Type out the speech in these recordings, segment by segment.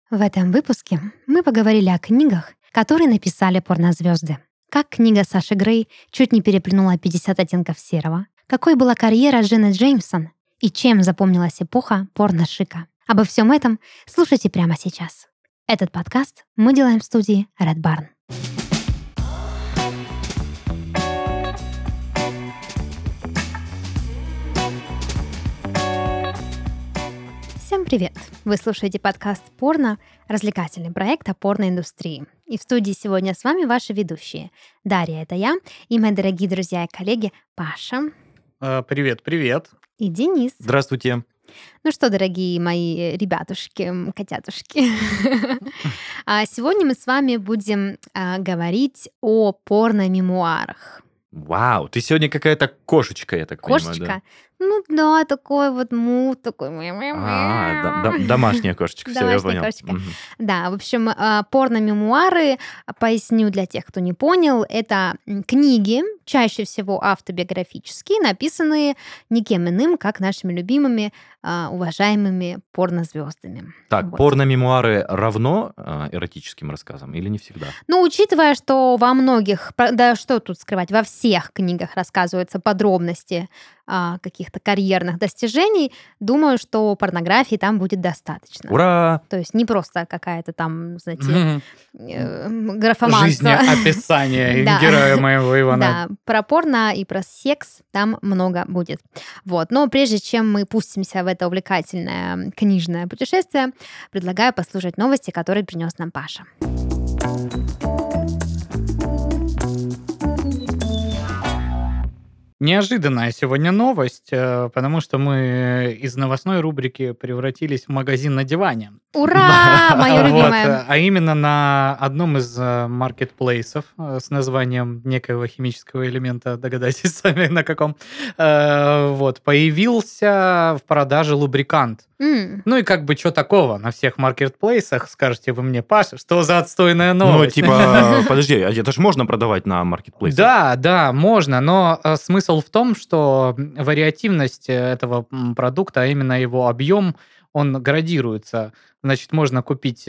В этом выпуске мы поговорили о книгах, которые написали порнозвезды. Как книга Саши Грей чуть не переплюнула 50 оттенков серого, какой была карьера Дженнет Джеймсон и чем запомнилась эпоха порно-шика. Обо всем этом слушайте прямо сейчас. Этот подкаст мы делаем в студии Red Barn. Всем привет! Вы слушаете подкаст «Порно», развлекательный проект о порноиндустрии. И в студии сегодня с вами ваши ведущие. Дарья — это я, и мои дорогие друзья и коллеги Паша. Привет. И Денис. Здравствуйте. Ну что, дорогие мои ребятушки, котятушки. Сегодня мы с вами будем говорить о порно-мемуарах. Вау, ты сегодня какая-то кошечка, я так понимаю, Кошечка? да? Ну да, такой вот мут, такой... Домашняя кошечка, все, я Домашняя понял. кошечка. Да, в общем, порно-мемуары, поясню для тех, кто не понял, это книги, чаще всего автобиографические, написанные никем иным, как нашими любимыми, уважаемыми порнозвездами. Так, Вот. порно-мемуары равно эротическим рассказам или не всегда? Ну, учитывая, что во многих, да что тут скрывать, во всех книгах рассказываются подробности каких-то карьерных достижений, думаю, что порнографии там будет достаточно. Ура! То есть не просто какая-то там, знаете, графоманство. Жизнеописание Да. героя моего Ивана. Да, про порно и про секс там много будет. Вот. Но прежде чем мы пустимся в это увлекательное книжное путешествие, предлагаю послушать новости, которые принес нам Паша. Неожиданная сегодня новость, потому что мы из новостной рубрики превратились в магазин на диване. Ура! Моё любимое. А именно на одном из маркетплейсов с названием некоего химического элемента, догадайтесь сами на каком, появился в продаже лубрикант. Ну и как бы что такого на всех маркетплейсах, скажете вы мне, Паша, что за отстойная новость? Ну, типа, подожди, это же можно продавать на маркетплейсе? Да, можно, но смысл в том, что вариативность этого продукта, а именно его объем, он градируется. Значит, можно купить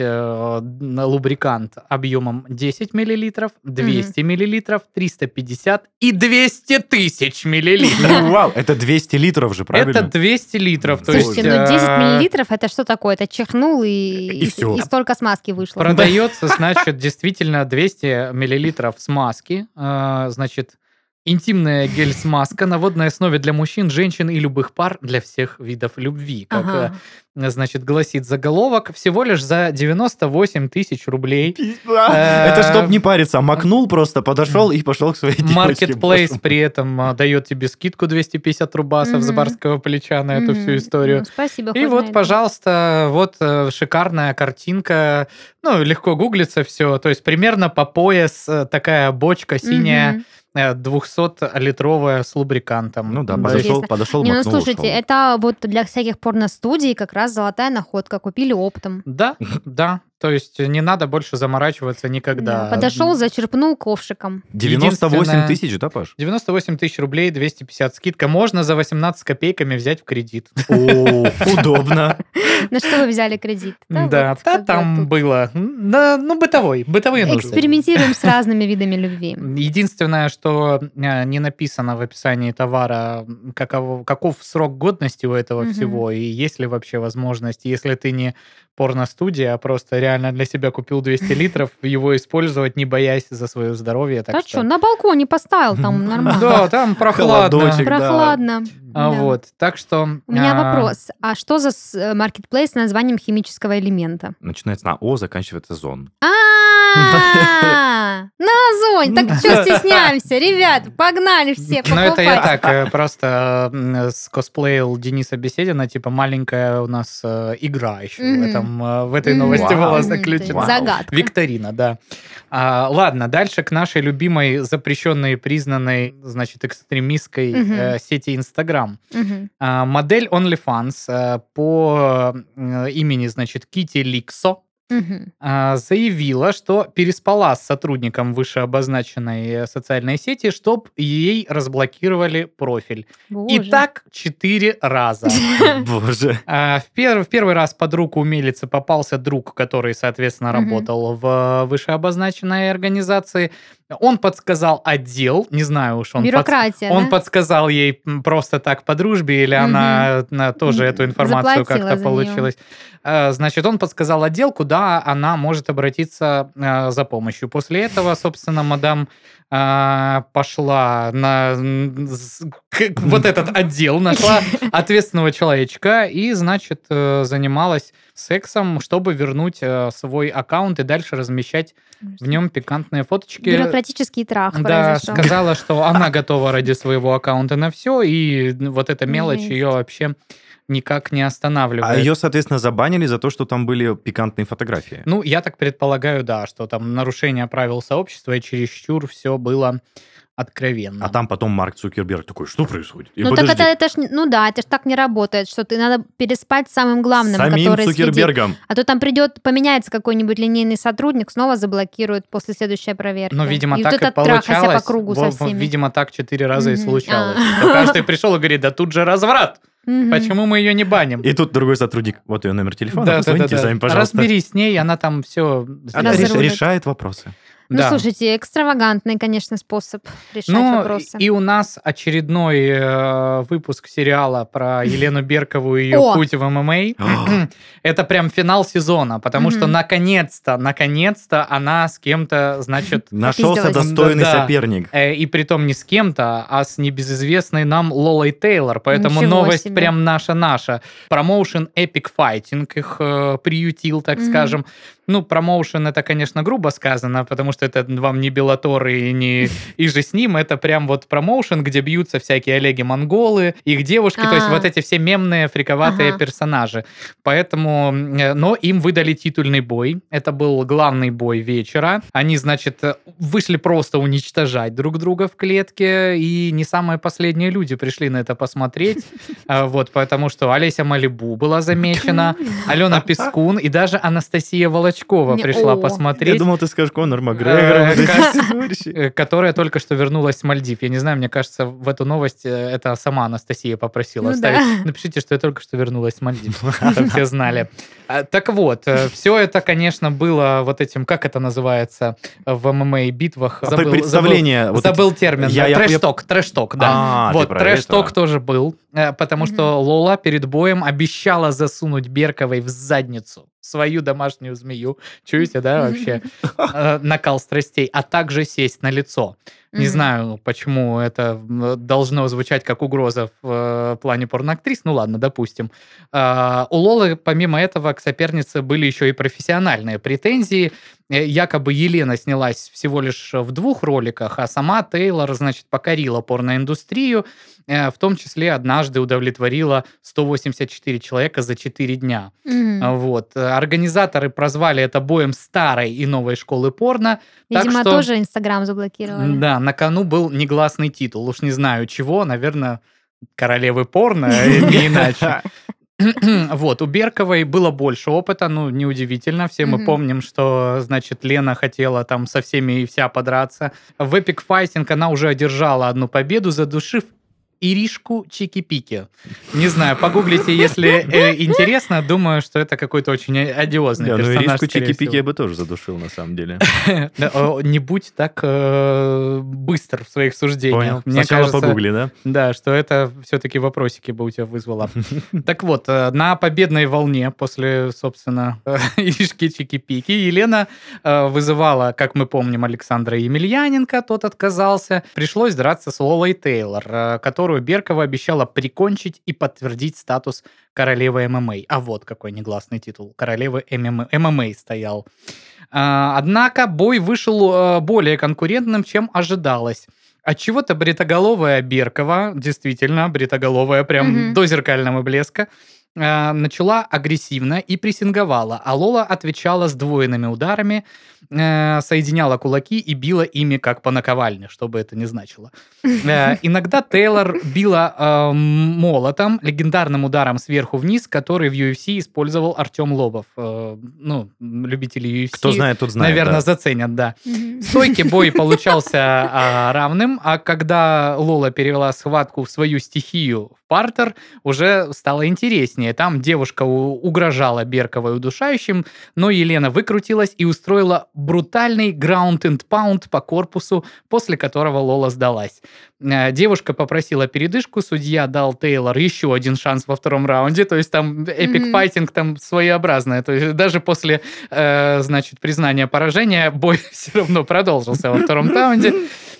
лубрикант объемом 10 мл, 200 мл, 350 и 200 тысяч миллилитров. Ну, вау, это 200 литров же, правильно? Это 200 литров. То Слушайте, есть, ну 10 миллилитров это что такое? Это чихнул и всё. столько смазки вышло. продается, значит, действительно 200 миллилитров смазки. Значит, интимная гель-смазка на водной основе для мужчин, женщин и любых пар для всех видов любви. Как, Ага. значит, гласит заголовок, всего лишь за 98 тысяч рублей. Это чтоб не париться, макнул просто, подошел и пошел к своей девочке. Маркетплейс при этом дает тебе скидку 250 рубасов с Мгм. барского плеча на эту всю историю. Ну, спасибо. И хоть вот, на это. пожалуйста, вот шикарная картинка. Ну, легко гуглится все. То есть примерно по пояс такая бочка синяя, Мгм. 200-литровая с лубрикантом. Ну да, Интересно. подошел, Не, ну макнул, слушайте, ушел. это вот для всяких порностудий как раз золотая находка. Купили оптом. Да. То есть не надо больше заморачиваться никогда. Подошел, зачерпнул ковшиком. 98 тысяч, да, Паш? 98 тысяч рублей, 250 скидка. Можно за 18 копейками взять в кредит. О, удобно. На что вы взяли кредит? Да, вот как бы там тут было. Ну, бытовые нужды. экспериментируем с разными видами любви. Единственное, что не написано в описании товара, каков срок годности у этого Мгм. всего, и есть ли вообще возможность, если ты не порностудия, а просто реально для себя купил 200 литров, его использовать, не боясь за свое здоровье. Так Да что, на балконе поставил, там нормально. Да, там прохладно. Холодочек. Прохладно. Да. Вот, так что... У меня вопрос. А что за маркетплейс с названием химического элемента? Начинается на О, заканчивается зон. На Озон! Так что стесняемся? Ребят, погнали все Ну, это я покупать. так просто скосплеил Дениса Беседина, типа маленькая у нас игра еще в этой новости Вау. была То есть заключена. загадка. Викторина, да. Ладно, дальше к нашей любимой, запрещенной, признанной, значит, экстремистской Мгм. сети Инстаграм. Мгм. Модель OnlyFans по имени, значит, Кити Ликсо заявила, что переспала с сотрудником вышеобозначенной социальной сети, чтобы ей разблокировали профиль. Боже. И так 4 раза. Боже. В первый раз под руку умелицы попался друг, который, соответственно, работал в вышеобозначенной организации. Он подсказал отдел, не знаю уж, Бюрократия, он да? подсказал ей просто так по дружбе, или она тоже эту информацию Заплатила как-то за получилось. Значит, он подсказал отдел, куда она может обратиться за помощью. После этого, собственно, мадам пошла на вот этот отдел, нашла ответственного человечка и, значит, занималась сексом, чтобы вернуть свой аккаунт и дальше размещать в нем пикантные фоточки. Бюрократический трах Да, произошел. сказала, что она готова ради своего аккаунта на все, и вот эта мелочь Жесть. ее вообще никак не останавливает. А ее, соответственно, забанили за то, что там были пикантные фотографии. Ну, я так предполагаю, да, что там нарушение правил сообщества, и чересчур все было откровенно. А там потом Марк Цукерберг такой, что происходит? И Ну так подожди, это ж, ну да, это ж так не работает, что ты надо переспать с самым главным, самим который следит. Цукербергом. А то там придет, поменяется какой-нибудь линейный сотрудник, снова заблокирует после следующей проверки. Но, видимо, и так вот и этот трахайся получалось. по кругу со всеми. Видимо, так 4 раза и Мгм. случалось. Что каждый пришел и говорит, да тут же разврат. Мгм. Почему мы ее не баним? И тут другой сотрудник, вот ее номер телефона, Да, позвоните сами, пожалуйста. Разберись с ней, она там все... Она Разрулит. решает вопросы. Ну, слушайте, экстравагантный, конечно, способ решать Ну, вопросы. и у нас очередной выпуск сериала про Елену Беркову и ее О! путь в ММА. Это прям финал сезона, потому что наконец-то она с кем-то, значит... Нашелся Попиздилась. достойный Да. соперник. И притом не с кем-то, а с небезызвестной нам Лолой Тейлор. Поэтому Ничего новость себе. прям наша. Промоушен Epic Fighting их приютил, так скажем. Ну, промоушен это, конечно, грубо сказано, потому что это вам не Беллатор и не и же с ним. Это прям вот промоушен, где бьются всякие Олеги-монголы, их девушки, то есть вот эти все мемные, фриковатые Ага. персонажи. Поэтому, но им выдали титульный бой. Это был главный бой вечера. Они, значит, вышли просто уничтожать друг друга в клетке, и не самые последние люди пришли на это посмотреть. Вот, потому что Олеся Малибу была замечена, Алена Пискун и даже Анастасия Волочкова Не- пришла о. Я посмотреть. думал, ты скажешь Конор Макгрегор. вот эти товарищи. Которая только что вернулась с Мальдив. Я не знаю, мне кажется, в эту новость это сама Анастасия попросила Ну вставить. да. Напишите, что я только что вернулась с Мальдив, чтобы все знали. Так вот, все это, конечно, было вот этим, как это называется в ММА-битвах? Представление. вот эти- Забыл термин. Я- Трэш-ток, да. А, ты Вот, про трэш-ток это. тоже был, потому что Лола перед боем обещала засунуть Берковой в задницу свою домашнюю змею. Чуете, да, вообще? Накал страстей. А также сесть на лицо. Не знаю, почему это должно звучать как угроза в плане порноактрис. Ну ладно, допустим. У Лолы, помимо этого, к сопернице были еще и профессиональные претензии. Якобы Елена снялась всего лишь в 2 роликах, а сама Тейлор, значит, покорила порноиндустрию, в том числе однажды удовлетворила 184 человека за 4 дня. Вот. Организаторы прозвали это боем старой и новой школы порно. Так Видимо, что, тоже Инстаграм заблокировали. да, на кону был негласный титул. Уж не знаю чего, наверное, королевы порно, не иначе. Вот, у Берковой было больше опыта, ну, неудивительно. Все мы помним, что, значит, Лена хотела там со всеми и вся подраться. В Epic Fighting она уже одержала одну победу, задушив Иришку Чики-Пики. Не знаю, погуглите, если интересно. Думаю, что это какой-то очень одиозный Да, ну персонаж, Иришку скорее Чики-Пики всего. я бы тоже задушил, на самом деле. Не будь так быстр в своих суждениях. Понял. Мне Сначала кажется, погугли, да? да, что это все-таки вопросики бы у тебя вызвало. Так вот, на победной волне после, собственно, Иришки Чики-Пики Елена вызывала, как мы помним, Александра Емельяненко, тот отказался. Пришлось драться с Лолой Тейлор, которую Беркова обещала прикончить и подтвердить статус королевы ММА. А вот какой негласный титул. Королевы ММА стоял. Однако бой вышел более конкурентным, чем ожидалось. Отчего-то бритоголовая Беркова, действительно бритоголовая, прям до зеркального блеска, начала агрессивно и прессинговала, а Лола отвечала сдвоенными ударами, соединяла кулаки и била ими как по наковальне, что бы это ни значило. Иногда Тейлор била молотом, легендарным ударом сверху вниз, который в UFC использовал Артем Лобов. Любители UFC, Кто знает, тот знает. наверное, да. заценят, да. В стойке бой получался равным, а когда Лола перевела схватку в свою стихию, в партер, уже стало интереснее. Там девушка угрожала Берковой удушающим, но Елена выкрутилась и устроила брутальный ground and pound по корпусу, после которого Лола сдалась. Девушка попросила передышку, судья дал Тейлор еще один шанс во втором раунде, то есть там эпик-файтинг там своеобразное, то есть даже после, признания поражения бой все равно продолжился во втором раунде.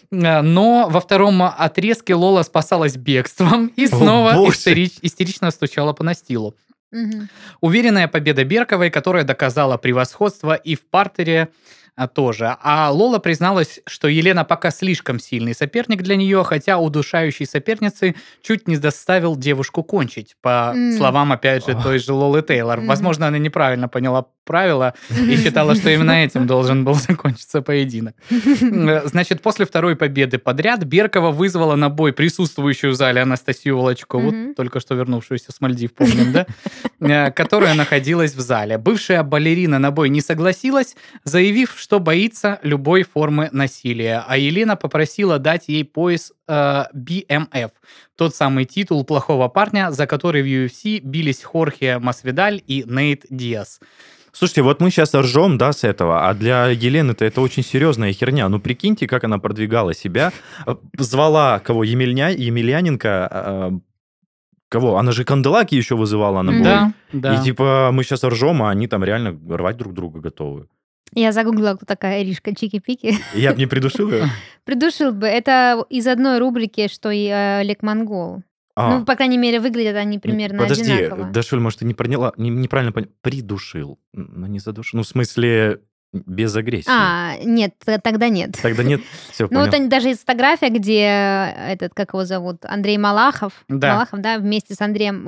Но во втором отрезке Лола спасалась бегством и снова истерично стучала по настилу. Уверенная победа Берковой, которая доказала превосходство и в партере тоже. А Лола призналась, что Елена пока слишком сильный соперник для нее, хотя удушающей соперницы чуть не заставил девушку кончить, по словам, опять же, той же Лолы Тейлор. Возможно, она неправильно поняла правила и считала, что именно этим должен был закончиться поединок. Значит, после второй победы подряд Беркова вызвала на бой присутствующую в зале Анастасию Волочкову, только что вернувшуюся с Мальдив, помним, да? Которая находилась в зале. Бывшая балерина на бой не согласилась, заявив, что боится любой формы насилия. А Елена попросила дать ей пояс BMF, тот самый титул плохого парня, за который в UFC бились Хорхе Масвидаль и Нейт Диас. Слушайте, вот мы сейчас ржем, да, с этого, а для Елены-то это очень серьезная херня. Ну, прикиньте, как она продвигала себя. Звала кого? Емельяненко. Кого? Она же Канделаки еще вызывала на бой. Да. И типа мы сейчас ржем, а они там реально рвать друг друга готовы. Я загуглила, кто такая Иришка Чики-Пики. Я бы не придушил ее? Придушил бы. Это из одной рубрики, что и Олег Монгол. Ну, по крайней мере, выглядят они примерно одинаково. Подожди, Дашуль, может, ты неправильно поняла? Придушил, но не задушил. Ну, в смысле, без агрессии. Нет, тогда нет. Тогда нет? Все, понял. Ну, вот даже есть фотография, где как его зовут, Андрей Малахов. Да. Малахов, да, вместе с Андреем,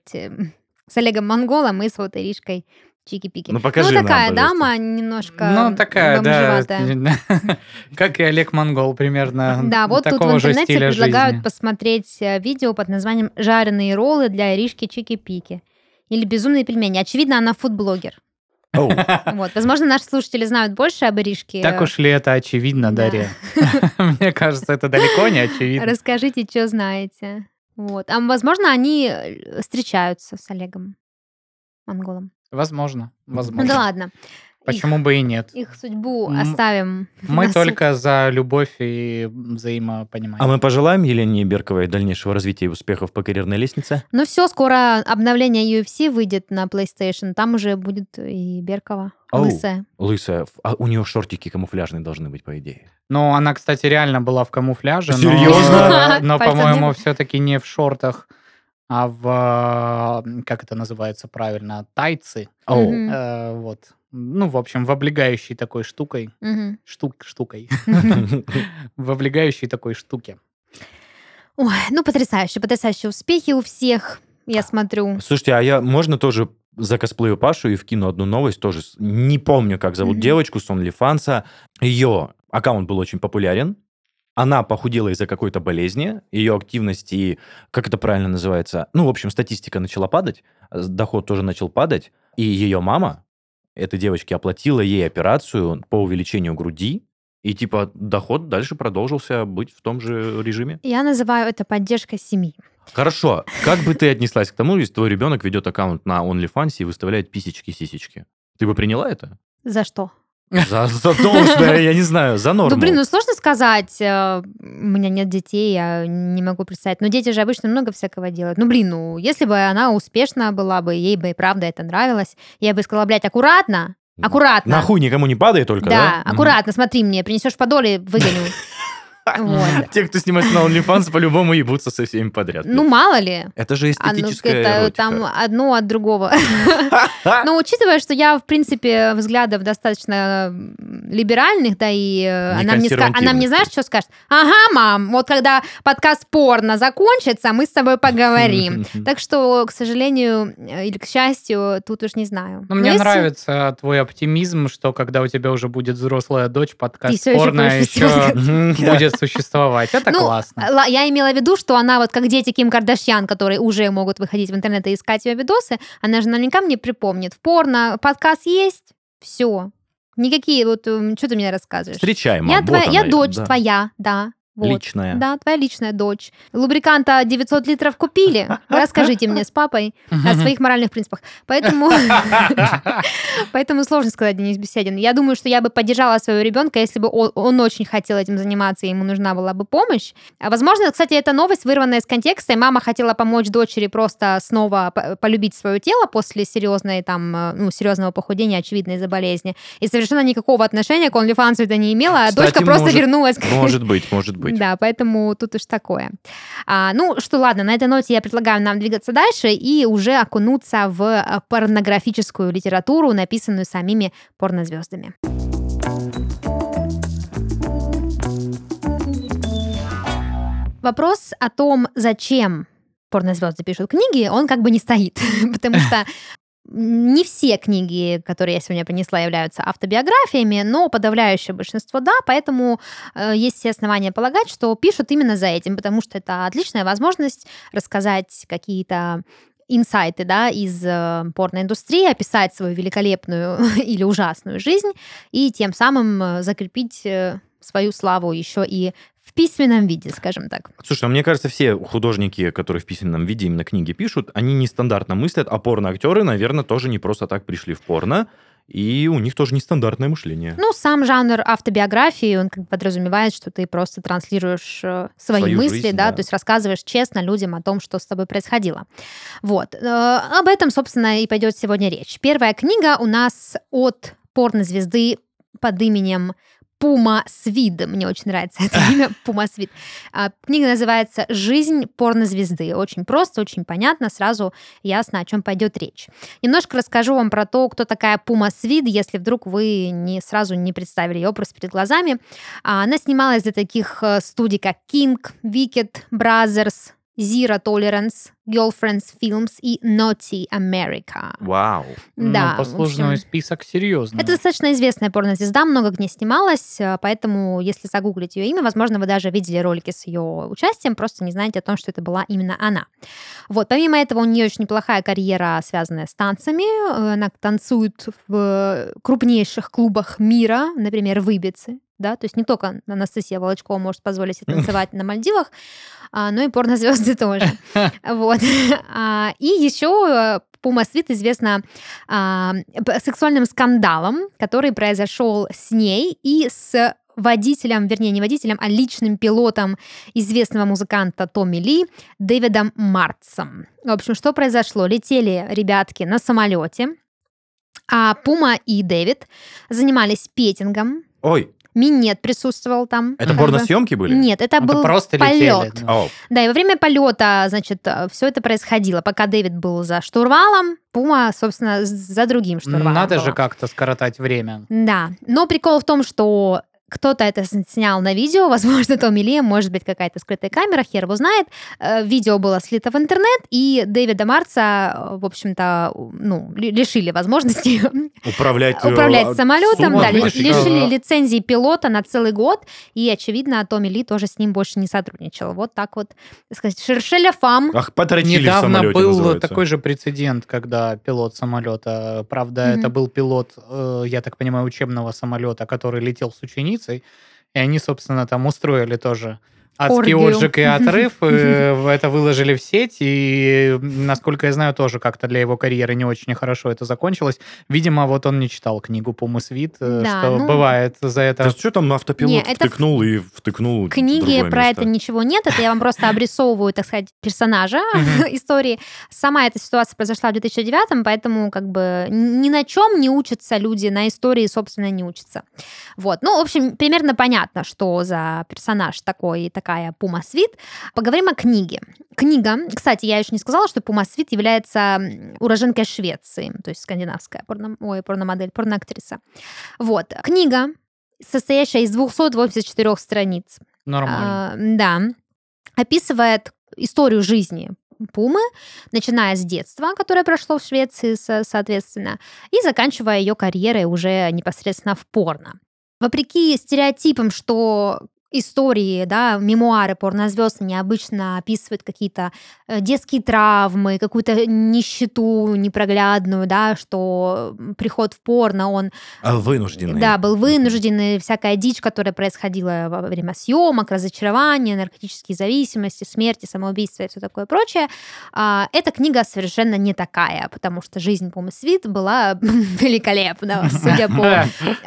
с Олегом Монголом и с вот Иришкой Чики-Пики. Ну, покажи нам, такая пожалуйста. дама, немножко Ну, такая, да. бомжеватая. Как и Олег Монгол, примерно. Да, вот тут в такого же интернете стиля предлагают жизни. посмотреть видео под названием «Жареные роллы для Иришки Чики-Пики». Или «Безумные пельмени». Очевидно, она фудблогер. Оу. Вот. Возможно, наши слушатели знают больше об Иришке. Так уж ли это очевидно, Да. Дарья? Мне кажется, это далеко не очевидно. Расскажите, что знаете. Вот. А возможно, они встречаются с Олегом Монголом. Возможно. Ну да ладно. Почему бы и нет? Их судьбу М- оставим. Мы на суд. только за любовь и взаимопонимание. А мы пожелаем Елене Берковой дальнейшего развития и успехов по карьерной лестнице? Ну все, скоро обновление UFC выйдет на PlayStation. Там уже будет и Беркова. Оу. Лысая. Лысая. А у нее шортики камуфляжные должны быть, по идее. Ну, она, кстати, реально была в камуфляже. Серьезно? Но, Пальцем по-моему, не- все-таки не в шортах, а в, как это называется правильно, тайцы. Оу. Мгм. Вот. Ну, в общем, в облегающей такой штукой. Мгм. Штукой. В облегающей такой штуке. Ой, ну потрясающие успехи у всех, я смотрю. Слушайте, а можно тоже закосплею Пашу и вкину одну новость тоже. Не помню, как зовут Мгм. девочку с OnlyFans. Ее аккаунт был очень популярен. Она похудела из-за какой-то болезни. Ее активность и, как это правильно называется, ну, в общем, статистика начала падать. Доход тоже начал падать. И ее мама этой девочке оплатила ей операцию по увеличению груди. И типа доход дальше продолжился быть в том же режиме. Я называю это поддержкой семьи. Хорошо. Как бы ты отнеслась к тому, если твой ребенок ведет аккаунт на OnlyFans и выставляет писечки-сисечки? Ты бы приняла это? За что? За должное, я не знаю, за норму. Ну, блин, ну сложно сказать. У меня нет детей, я не могу представить. Но дети же обычно много всякого делают. Ну, блин, ну, если бы она успешна была бы, ей бы и правда это нравилось, я бы сказала, блядь, аккуратно. Нахуй никому не падай только, да? Да, аккуратно, смотри мне, принесешь подоле, выгоню. Вот. Те, кто снимается на OnlyFans, по-любому ебутся со всеми подряд. Ну, мало ли. Это же эстетическая эротика. Там одно от другого. Но учитывая, что я, в принципе, взглядов достаточно либеральных, да, и она мне, знаешь, что скажет? Ага, мам, вот когда подкаст порно закончится, мы с тобой поговорим. Так что, к сожалению, или к счастью, тут уж не знаю. Но мне нравится твой оптимизм, что когда у тебя уже будет взрослая дочь, подкаст всё ещё порно будешь еще будет существовать. Это классно. Я имела в виду, что она вот как дети Ким Кардашьян, которые уже могут выходить в интернет и искать ее видосы, она же наверняка мне припомнит. В порно подкаст есть, все. Никакие вот, что ты мне рассказываешь? Встречай, мам, Я дочь твоя, да. Вот. Личная. Да, твоя личная дочь. Лубриканта 900 литров купили. Расскажите мне с папой о своих моральных принципах. Поэтому сложно сказать, Денис Беседин. Я думаю, что я бы поддержала своего ребенка, если бы он очень хотел этим заниматься, и ему нужна была бы помощь. Возможно, кстати, это новость, вырванная из контекста, и мама хотела помочь дочери просто снова полюбить свое тело после серьезного похудения, очевидно, из-за болезни. И совершенно никакого отношения к OnlyFans это не имела, а дочка просто вернулась. Может быть. Да, поэтому тут уж такое. Ладно, на этой ноте я предлагаю нам двигаться дальше и уже окунуться в порнографическую литературу, написанную самими порнозвездами. Вопрос о том, зачем порнозвезды пишут книги, он как бы не стоит, потому что не все книги, которые я сегодня принесла, являются автобиографиями, но подавляющее большинство да, поэтому есть все основания полагать, что пишут именно за этим, потому что это отличная возможность рассказать какие-то инсайты, да, из порноиндустрии, описать свою великолепную или ужасную жизнь и тем самым закрепить свою славу еще и в письменном виде, скажем так. Слушай, мне кажется, все художники, которые в письменном виде именно книги пишут, они нестандартно мыслят, а порноактеры, наверное, тоже не просто так пришли в порно, и у них тоже нестандартное мышление. Сам жанр автобиографии, он как бы подразумевает, что ты просто транслируешь свои мысли, жизнь, да, то есть рассказываешь честно людям о том, что с тобой происходило. Вот. Об этом, собственно, и пойдет сегодня речь. Первая книга у нас от порнозвезды под именем Пума Свид. Мне очень нравится это имя, Пума Свид. Книга называется «Жизнь порнозвезды». Очень просто, очень понятно, сразу ясно, о чем пойдет речь. Немножко расскажу вам про то, кто такая Пума Свид, если вдруг вы сразу не представили ее образ перед глазами. Она снималась для таких студий, как King, Wicked, Brothers, Zero Tolerance, Girlfriends Films и Naughty America. Вау. Да, послужной список серьезный. Это достаточно известная порнозвезда, много где снималась, поэтому если загуглить ее имя, возможно, вы даже видели ролики с ее участием, просто не знаете о том, что это была именно она. Вот, помимо этого, у нее очень неплохая карьера, связанная с танцами. Она танцует в крупнейших клубах мира, например, в Ибице. Да, то есть не только Анастасия Волочкова может позволить себе танцевать на Мальдивах, но и порнозвезды тоже. Вот. И еще Пума Свид известна сексуальным скандалом, который произошел с ней и с водителем, вернее, не водителем, а личным пилотом известного музыканта Томми Ли Дэвидом Мартсом. В общем, что произошло? Летели ребятки на самолете, а Пума и Дэвид занимались петингом. Ой. Минет присутствовал там. Это порносъемки были? Нет, это был просто полет. Летели, Да, и во время полета, значит, все это происходило. Пока Дэвид был за штурвалом, Пума, собственно, за другим штурвалом. Надо была. же как-то скоротать время. Да, но прикол в том, что кто-то это снял на видео, возможно, Томми Ли, может быть, какая-то скрытая камера, хер его знает. Видео было слито в интернет, и Дэвида Марца, в общем-то, лишили возможности управлять самолетом, да, лишили лицензии пилота на целый год, и, очевидно, Томми Ли тоже с ним больше не сотрудничал. Вот так вот, так сказать, шершеля фам. Ах, потрачили Недавно в самолете, был называется. такой же прецедент, когда пилот самолета, правда, это был пилот, я так понимаю, учебного самолета, который летел с ученицей, и они, собственно, там устроили тоже адский Оргию. отжиг и отрыв, это выложили в сеть, и, насколько я знаю, тоже как-то для его карьеры не очень хорошо это закончилось. Видимо, вот он не читал книгу Пумы Свит, Да, что ну, бывает за Да это. что там автопилот Не, это втыкнул и втыкнул в в книге другое про место? это ничего нет, это я вам просто обрисовываю, так сказать, персонажа Мгм. истории. Сама эта ситуация произошла в 2009, поэтому как бы ни на чем не учатся люди, на истории, собственно, не учатся. Вот. Ну, в общем, примерно понятно, что за персонаж такой, такая Пума Свит. Поговорим о книге. Книга, кстати, я еще не сказала, что Пума Свит является уроженкой Швеции, то есть скандинавская порномодель, порноактриса. Вот. Книга, состоящая из 284 страниц, Нормально. да, описывает историю жизни Пумы, начиная с детства, которое прошло в Швеции, соответственно, и заканчивая ее карьерой уже непосредственно в порно. Вопреки стереотипам, что истории, да, мемуары порнозвезд необычно описывают какие-то детские травмы, какую-то нищету непроглядную, да, что приход в порно, он Вынужденный. да, был вынужденный, всякая дичь, которая происходила во время съемок, разочарования, наркотические зависимости, смерти, самоубийства и все такое прочее. Эта книга совершенно не такая, потому что жизнь Пумы Свит была великолепна, судя по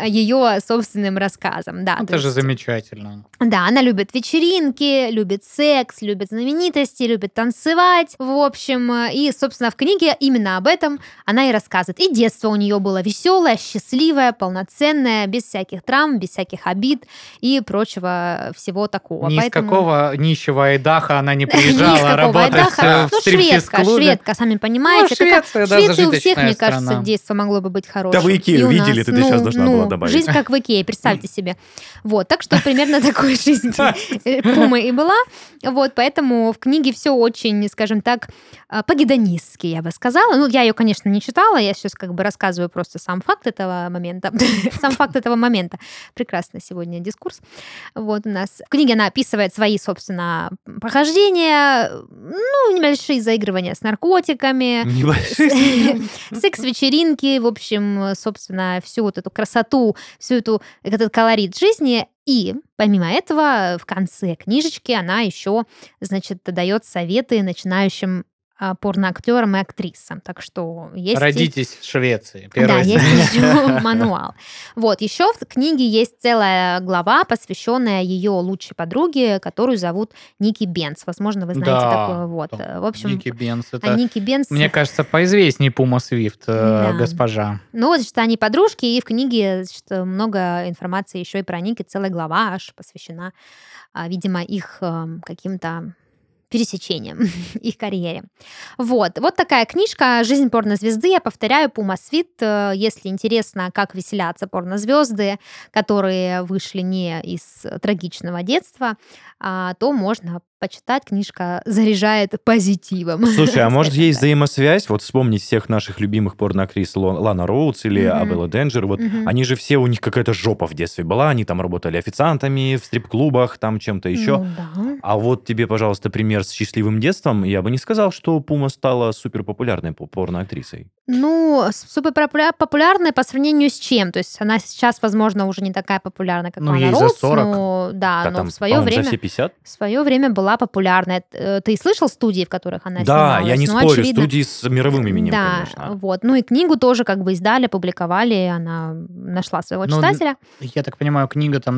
ее собственным рассказам. Да, то Это же есть, замечательно. да, она любит вечеринки, любит секс, любит знаменитости, любит танцевать, в общем. И, собственно, в книге именно об этом она и рассказывает. И детство у нее было веселое, счастливое, полноценное, без всяких травм, без всяких обид и прочего всего такого. Ни из Поэтому... какого нищего Айдаха она не Ни из приезжала какого работать Айдаха. в Ну, стриптиз-клубе. шведка, сами понимаете. Ну, Швеция, да, В Швеции у всех, зажиточная мне кажется, страна. детство могло бы быть хорошим. Да вы Икею И у видели, нас. ты сейчас должна была добавить. Жизнь как в Икее, представьте себе. Вот, так что примерно такой жизнь Пумы и была. Вот, поэтому в книге все очень, скажем так, по-гедонистски, я бы сказала. Ну, я ее, конечно, не читала, я сейчас как бы рассказываю просто сам факт этого момента. Сам факт этого момента. Прекрасный сегодня дискурс. Вот у нас. В книге она описывает свои, собственно, похождения, ну, небольшие заигрывания с наркотиками, Небольшие. секс-вечеринки, в общем, собственно, всю вот эту красоту, этот колорит жизни. И, помимо этого, в конце книжечки она еще, значит, дает советы начинающим порноактерам и актрисам. Так что есть... Родитесь в Швеции. Да, Первое есть еще мануал. Вот, еще в книге есть целая глава, посвященная ее лучшей подруге, которую зовут Ники Бенц. Возможно, вы знаете Да, такое. Вот. да. В общем, Ники Бенц. а Это, Ники Бенц... мне кажется, поизвестнее Пума Свифт, Да. госпожа. Ну, вот, значит, они подружки, и в книге, значит, много информации еще и про Ники, целая глава аж посвящена, видимо, их каким-то пересечением, их карьере. Вот такая книжка «Жизнь порнозвезды». Я повторяю, Пума Свит. Если интересно, как веселятся порнозвезды, которые вышли не из трагичного детства, то можно почитать. Книжка заряжает позитивом. Слушай, а может Скажем есть так. взаимосвязь? Вот вспомнить всех наших любимых порноактрис Лана Роудс или Мгм. Абелла Денджер. Вот Мгм. они же все, у них какая-то жопа в детстве была. Они там работали официантами в стрип-клубах, там чем-то еще. Ну да. А вот тебе, пожалуйста, пример с счастливым детством. Я бы не сказал, что Пума стала суперпопулярной порноактрисой. Ну, супер популярная по сравнению с чем? То есть она сейчас, возможно, уже не такая популярна, как Ну, Лана ей за Роудс, 40. но да, Да, но там, в свое по-моему, за время все 50. в свое время была популярна. Ты слышал студии, в которых она Да, снималась? я не Ну, спорю, очевидно, студии с мировым именем, да, конечно. вот. Ну и книгу тоже как бы издали, опубликовали, она нашла своего Ну, читателя. Я так понимаю, книга там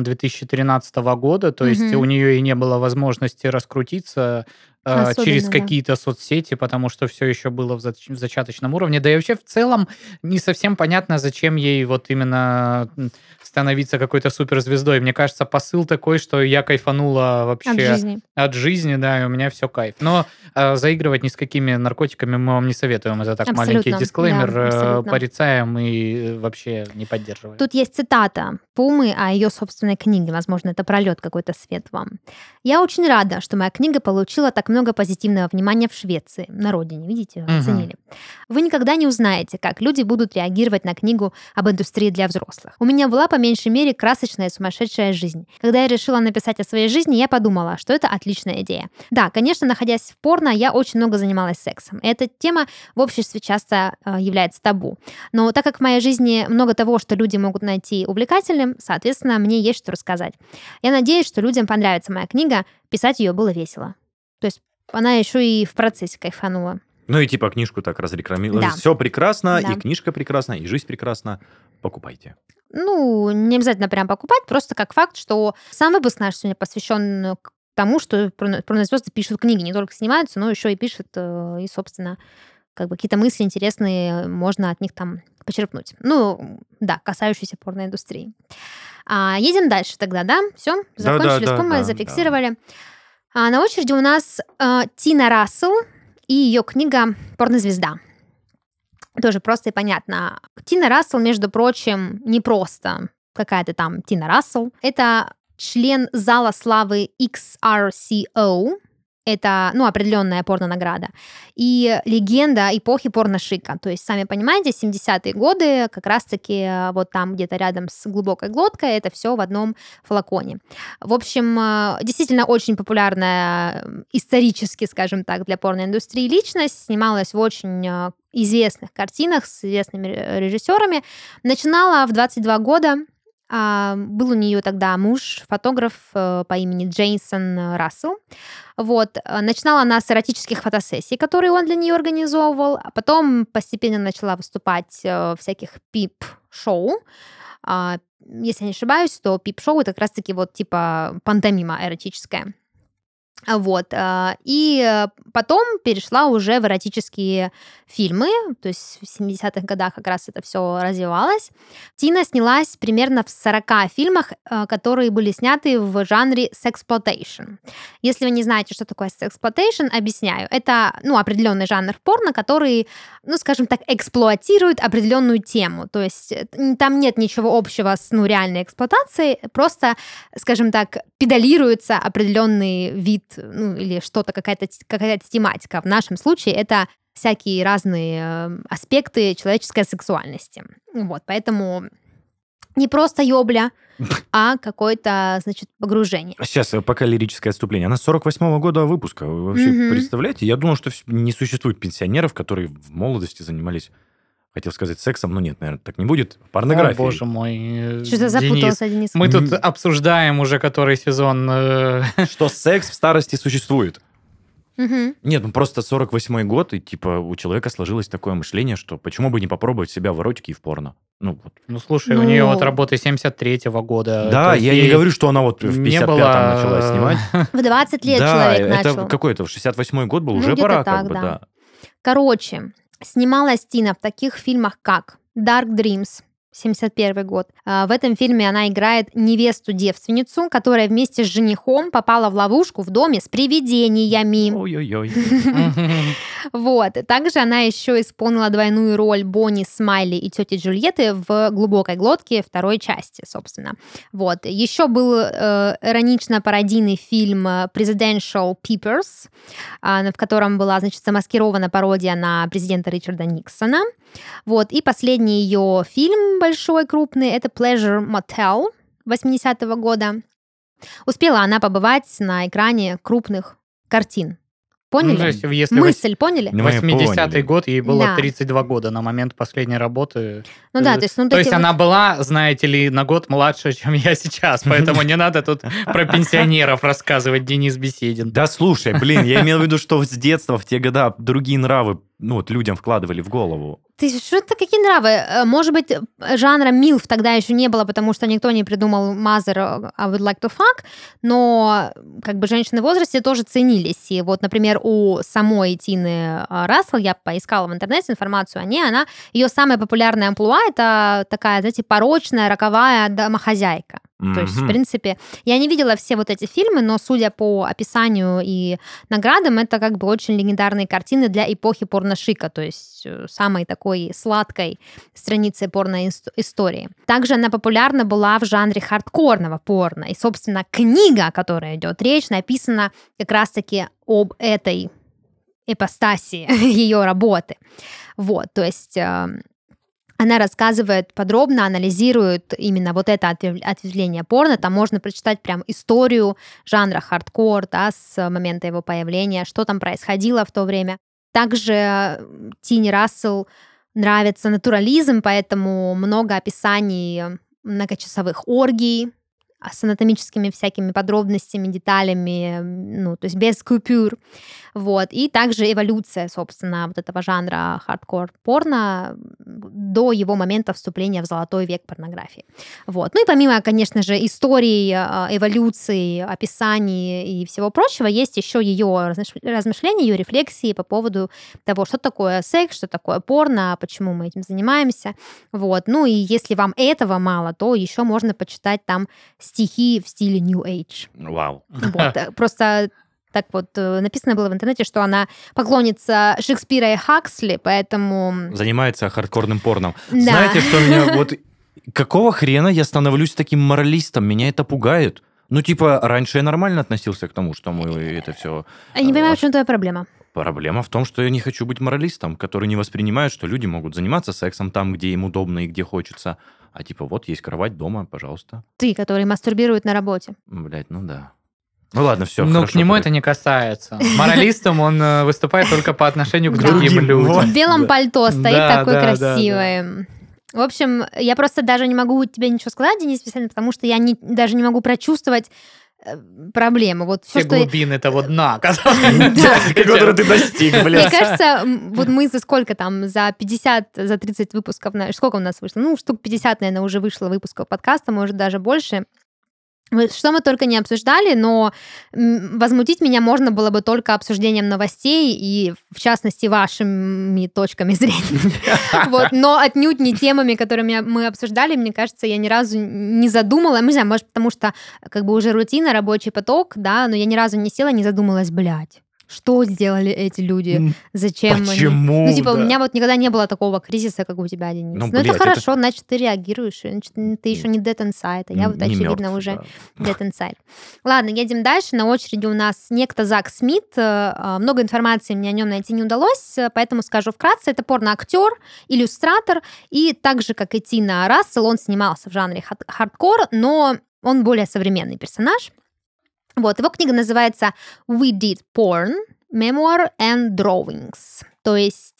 2013 года, то есть Мгм. у нее и не было возможности раскрутиться через Особенно, да. какие-то соцсети, потому что все еще было в зачаточном уровне. Да и вообще в целом не совсем понятно, зачем ей вот именно становиться какой-то суперзвездой. Мне кажется, посыл такой, что я кайфанула вообще От жизни. от жизни, да, и у меня все кайф. Но заигрывать ни с какими наркотиками мы вам не советуем. Это так, маленький Абсолютно, дисклеймер. да, абсолютно. Порицаем и вообще не поддерживаем. Тут есть цитата Пумы о ее собственной книге. Возможно, это прольет какой-то свет вам. «Я очень рада, что моя книга получила так много много позитивного внимания в Швеции, на родине, видите, Мгм. оценили. Вы никогда не узнаете, как люди будут реагировать на книгу об индустрии для взрослых. У меня была, по меньшей мере, красочная и сумасшедшая жизнь. Когда я решила написать о своей жизни, я подумала, что это отличная идея. Да, конечно, находясь в порно, я очень много занималась сексом. И эта тема в обществе часто является табу. Но так как в моей жизни много того, что люди могут найти увлекательным, соответственно, мне есть что рассказать. Я надеюсь, что людям понравится моя книга. Писать ее было весело. То есть она еще и в процессе кайфанула. Ну и типа книжку так разрекламировали. Да. Все прекрасно, Да. и книжка прекрасна, и жизнь прекрасна. Покупайте. Ну, не обязательно прям покупать, просто как факт, что сам выпуск наш сегодня посвящен тому, что порнозвезды пишут книги, не только снимаются, но еще и пишут, и, собственно, как бы какие-то мысли интересные можно от них там почерпнуть. Ну, да, касающиеся порноиндустрии. Едем дальше тогда, да? Все, закончили с Пумой, зафиксировали. На очереди у нас Тина Рассел и ее книга «Порнозвезда». Тоже просто и понятно. Тина Рассел, между прочим, не просто какая-то там Тина Рассел. Это член зала славы XRCO. Это, определенная порно-награда. И легенда эпохи порно-шика. То есть, сами понимаете, 70-е годы, как раз-таки вот там где-то рядом с глубокой глоткой, это все в одном флаконе. В общем, действительно очень популярная исторически, скажем так, для порноиндустрии личность. Снималась в очень известных картинах с известными режиссерами. Начинала в 22 года. Был у нее тогда муж, фотограф по имени Джейсон Рассел. Вот. Начинала она с эротических фотосессий, которые он для нее организовывал, а потом постепенно начала выступать в всяких пип-шоу. Если я не ошибаюсь, то пип-шоу — это как раз-таки вот типа пантомима эротическая. Вот. И потом перешла уже в эротические фильмы, то есть в 70-х годах как раз это все развивалось. Тина снялась примерно в 40 фильмах, которые были сняты в жанре сексплотейшн. Если вы не знаете, что такое сексплотейшн, объясняю. Это, определенный жанр порно, который, скажем так, эксплуатирует определенную тему. То есть там нет ничего общего с реальной эксплуатацией, просто, скажем так, педалируется определенный вид, или что-то, какая-то тематика. В нашем случае это всякие разные аспекты человеческой сексуальности. Вот, поэтому не просто ёбля, а какое-то, погружение. Сейчас пока лирическое отступление. Она с 48-го года выпуска. Вы вообще представляете? Я думал, что не существует пенсионеров, которые в молодости занимались, хотел сказать, сексом, но нет, наверное, так не будет. Порнографией. О, боже мой, Что-то запутался, Денис. Мы тут обсуждаем уже который сезон. Что секс в старости существует. Мгм. Нет, просто 48-й год, и типа у человека сложилось такое мышление, что почему бы не попробовать себя в эротике и в порно? Слушай, у нее вот работа 73-го года. Да, то есть я не ей говорю, что она вот в не 55-м было- начала снимать. В 20 лет Да, человек это начал. какой-то 68-й год был, Ну, уже где-то пора так, как бы, да. да. Короче, снималась Тина в таких фильмах, как «Dark Dreams», 71 год. В этом фильме она играет невесту-девственницу, которая вместе с женихом попала в ловушку в доме с привидениями. Ой-ой-ой. Вот. Также она еще исполнила двойную роль Бонни Смайли и тети Джульетты в «Глубокой глотке» второй части, собственно. Вот. Еще был иронично-пародийный фильм «Presidential Peepers», в котором была, замаскирована пародия на президента Ричарда Никсона. Вот. И последний ее фильм большой, крупный, это «Pleasure Motel» 80-го года. Успела она побывать на экране крупных картин. Поняли? То есть, если Мысль поняли? Мы 80-й поняли. год, ей было Да. 32 года на момент последней работы. Ну да, то есть... То есть она была, знаете ли, на год младше, чем я сейчас, поэтому не надо тут про пенсионеров рассказывать, Денис Беседин. Да слушай, я имел в виду, что с детства в те года другие нравы людям вкладывали в голову. Ты что это, какие нравы? Может быть, жанра милф тогда еще не было, потому что никто не придумал mother I would like to fuck, но как бы женщины в возрасте тоже ценились. И вот, например, у самой Тины Рассел, я поискала в интернете информацию о ней, ее самая популярная амплуа — это такая, знаете, порочная, роковая домохозяйка. То есть, в Мгм. принципе, я не видела все вот эти фильмы, но судя по описанию и наградам, это как бы очень легендарные картины для эпохи порношика, то есть самой такой сладкой страницы порно-истории. Также она популярна была в жанре хардкорного порно. И, собственно, книга, о которой идет речь, написана как раз-таки об этой ипостаси ее работы. Вот, то есть она рассказывает подробно, анализирует именно вот это ответвление порно. Там можно прочитать прям историю жанра хардкор, да, с момента его появления, что там происходило в то время. Также Тини Рассел нравится натурализм, поэтому много описаний многочасовых оргий с анатомическими всякими подробностями, деталями, ну, то есть без купюр. Вот. И также эволюция, собственно, вот этого жанра хардкор-порно до его момента вступления в золотой век порнографии. Вот. Ну и помимо, конечно же, истории, эволюции, описаний и всего прочего, есть еще ее размышления, ее рефлексии по поводу того, что такое секс, что такое порно, почему мы этим занимаемся. Вот. Ну и если вам этого мало, то еще можно почитать там стихи в стиле New Age. Вау. Вот. Просто так вот написано было в интернете, что она поклонница Шекспира и Хаксли, поэтому... Занимается хардкорным порном. Да. Знаете, что меня вот... Какого хрена я становлюсь таким моралистом? Меня это пугает. Ну, типа, раньше я нормально относился к тому, что мы это все... Я не понимаю, в чем твоя проблема. Проблема в том, что я не хочу быть моралистом, который не воспринимает, что люди могут заниматься сексом там, где им удобно и где хочется. А типа, вот есть кровать дома, пожалуйста. Ты, который мастурбирует на работе. Блять, ну да. Ну ладно, все, Но хорошо. к нему это не касается. Моралистом он выступает только по отношению к Да. другим Другим, людям. вот. В белом пальто стоит Да, такой да, да, красивый. В общем, я просто даже не могу тебе ничего сказать, Денис Висян, потому что я даже не могу прочувствовать проблему. Вот Все все, что... глубины того дна, Который ты достиг, Мне блядь. кажется, вот мы за сколько там, за 50, за 30 выпусков, сколько у нас вышло? Ну, штук 50, наверное, уже вышло выпусков подкаста, может, даже больше. Что мы только не обсуждали, но возмутить меня можно было бы только обсуждением новостей и, в частности, вашими точками зрения. Вот, но отнюдь не темами, которыми мы обсуждали, мне кажется, я ни разу не задумала. Не знаю, может, потому что как бы уже рутина, рабочий поток, да, но я ни разу не села, не задумалась, блядь. Что сделали эти люди? Зачем Почему? они? Ну, типа, у Да. меня вот никогда не было такого кризиса, как у тебя, Денис. Ну, Ну, это блядь, хорошо, значит, ты реагируешь, значит, ты еще не dead inside, а я вот, Не очевидно, мертв, уже да. dead inside. Ладно, едем дальше. На очереди у нас некто Зак Смит. Много информации мне о нем найти не удалось, поэтому скажу вкратце. Это порно-актер, иллюстратор, и так же, как и Тина Рассел, он снимался в жанре хардкор, но он более современный персонаж. Вот, его книга называется «We Did Porn. Memoir and Drawings». То есть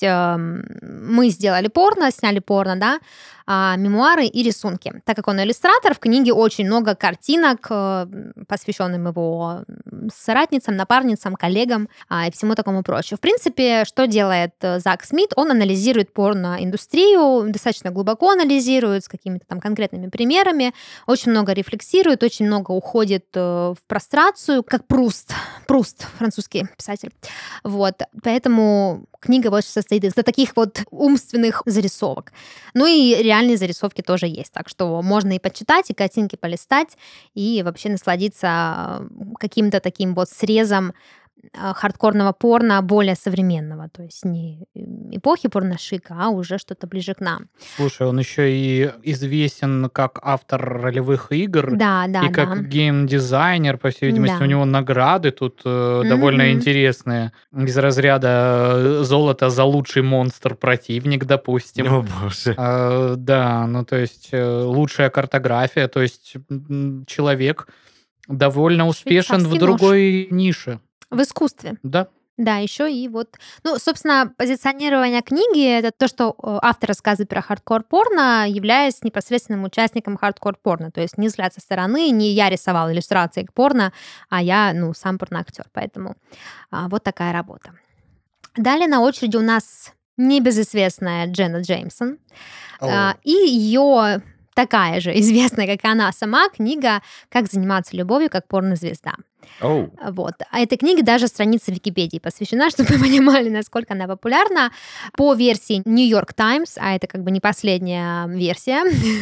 мы сделали порно, сняли порно, да, мемуары и рисунки. Так как он иллюстратор, в книге очень много картинок, посвященным его соратницам, напарницам, коллегам и всему такому прочему. В принципе, что делает Зак Смит? Он анализирует порноиндустрию, достаточно глубоко анализирует, с какими-то там конкретными примерами, очень много рефлексирует, очень много уходит в прострацию, как Пруст, французский писатель. Вот, поэтому книга больше состоит из таких вот умственных зарисовок. Ну и реальные зарисовки тоже есть, так что можно и почитать, и картинки полистать, и вообще насладиться каким-то таким вот срезом хардкорного порно более современного, то есть не эпохи порношика, а уже что-то ближе к нам. Слушай, он еще и известен как автор ролевых игр, Да, и как геймдизайнер, по всей видимости, Да. у него награды тут довольно интересные. Из разряда золото за лучший монстр-противник, допустим. О, боже. Да, ну то есть лучшая картография, то есть человек довольно успешен в Швейцарский другой нише. В искусстве. Да. Да, еще и вот... Ну, собственно, позиционирование книги — это то, что автор рассказывает про хардкор-порно, являясь непосредственным участником хардкор-порно. То есть не взгляд со стороны, не я рисовал иллюстрации к порно, а я, сам порноактер. Поэтому вот такая работа. Далее на очереди у нас небезызвестная Дженна Джеймсон. И ее такая же известная, как и она сама, книга «Как заниматься любовью как порнозвезда». Оу. Вот. А этой книге даже страница Википедии посвящена, чтобы вы понимали, насколько она популярна. По версии New York Times, а это как бы не последняя версия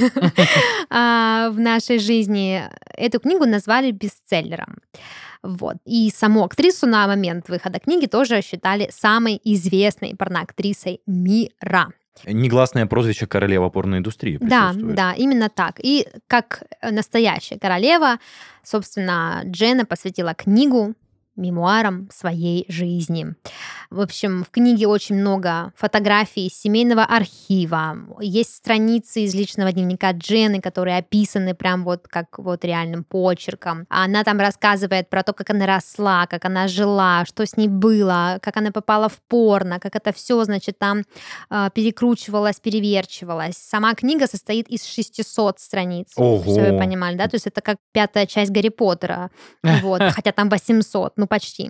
в нашей жизни, эту книгу назвали бестселлером. Вот. И саму актрису на момент выхода книги тоже считали самой известной порноактрисой мира. Негласное прозвище королева порноиндустрии Да, присутствует. да, именно так. И как настоящая королева, собственно, Дженна посвятила книгу мемуарам своей жизни. В общем, в книге очень много фотографий из семейного архива. Есть страницы из личного дневника Дженны, которые описаны прям вот как вот реальным почерком. Она там рассказывает про то, как она росла, как она жила, что с ней было, как она попала в порно, как это все, значит, там перекручивалось, переверчивалось. Сама книга состоит из 600 страниц. Ого. Все вы понимали, да? То есть это как 5-я часть Гарри Поттера. Вот, хотя там 800, ну почти.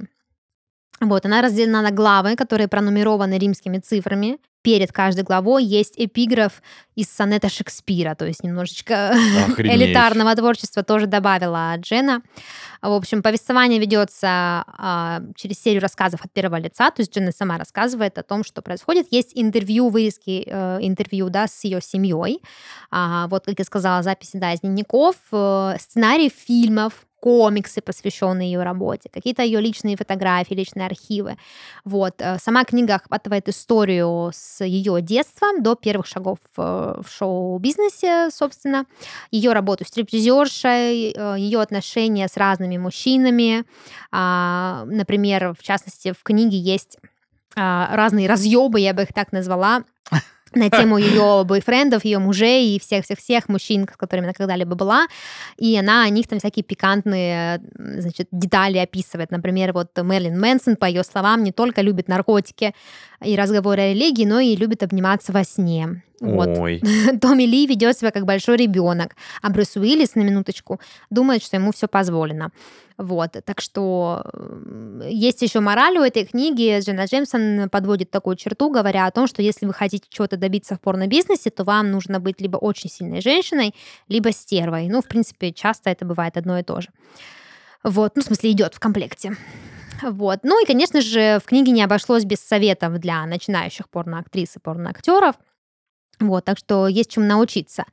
Вот, она разделена на главы, которые пронумерованы римскими цифрами. Перед каждой главой есть эпиграф из сонета Шекспира, то есть немножечко Охренеть. элитарного творчества тоже добавила Дженна. В общем, повествование ведется через серию рассказов от первого лица, то есть Дженна сама рассказывает о том, что происходит. Есть интервью, вырезки интервью, да, с ее семьей. Вот, как я сказала, записи, да, из дневников, сценарий фильмов, комиксы, посвященные ее работе, какие-то ее личные фотографии, личные архивы. Вот. Сама книга охватывает историю с ее детства до первых шагов в шоу-бизнесе, собственно, ее работу стриптизершей, ее отношения с разными мужчинами. Например, в частности, в книге есть разные разъебы, я бы их так назвала, на тему ее бойфрендов, ее мужей и всех-всех-всех мужчин, с которыми она когда-либо была. И она о них там всякие пикантные, значит, детали описывает. Например, вот Мэрилин Мэнсон, по ее словам, не только любит наркотики и разговоры о религии, но и любит обниматься во сне. Вот. Ой. Томми Ли ведет себя как большой ребенок, а Брюс Уиллис, на минуточку, думает, что ему все позволено. Вот. Так что есть еще мораль у этой книги. Дженна Джеймсон подводит такую черту, говоря о том, что если вы хотите чего-то добиться в порно-бизнесе, то вам нужно быть либо очень сильной женщиной, либо стервой. Ну, в принципе, часто это бывает одно и то же. Вот. Ну, в смысле, идет в комплекте. Вот. Ну и, конечно же, в книге не обошлось без советов для начинающих порноактрис и порноактеров. Вот, так что есть чем научиться.